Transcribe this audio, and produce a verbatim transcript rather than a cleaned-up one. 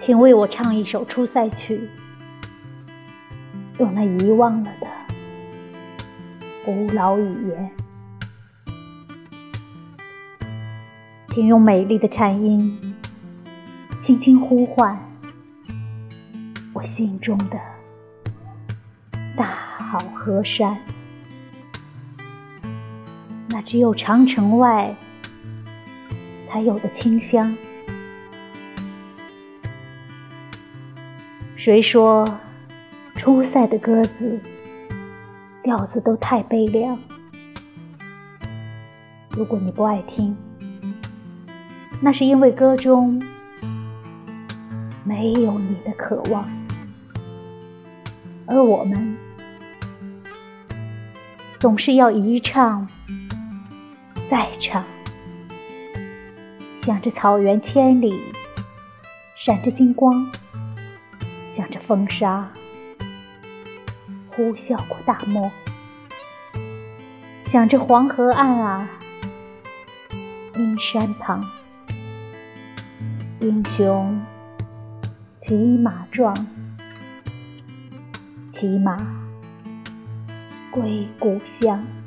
请为我唱一首出塞曲，用那遗忘了的古老语言。请用美丽的颤音轻轻呼唤我心中的大好河山，那只有长城外才有的清香。谁说出塞的鸽子调子都太悲凉？如果你不爱听，那是因为歌中没有你的渴望。而我们总是要一唱再唱，想着草原千里闪着金光，想着风沙呼啸过大漠，想着黄河岸啊，阴山旁，英雄骑马壮，骑马归故乡。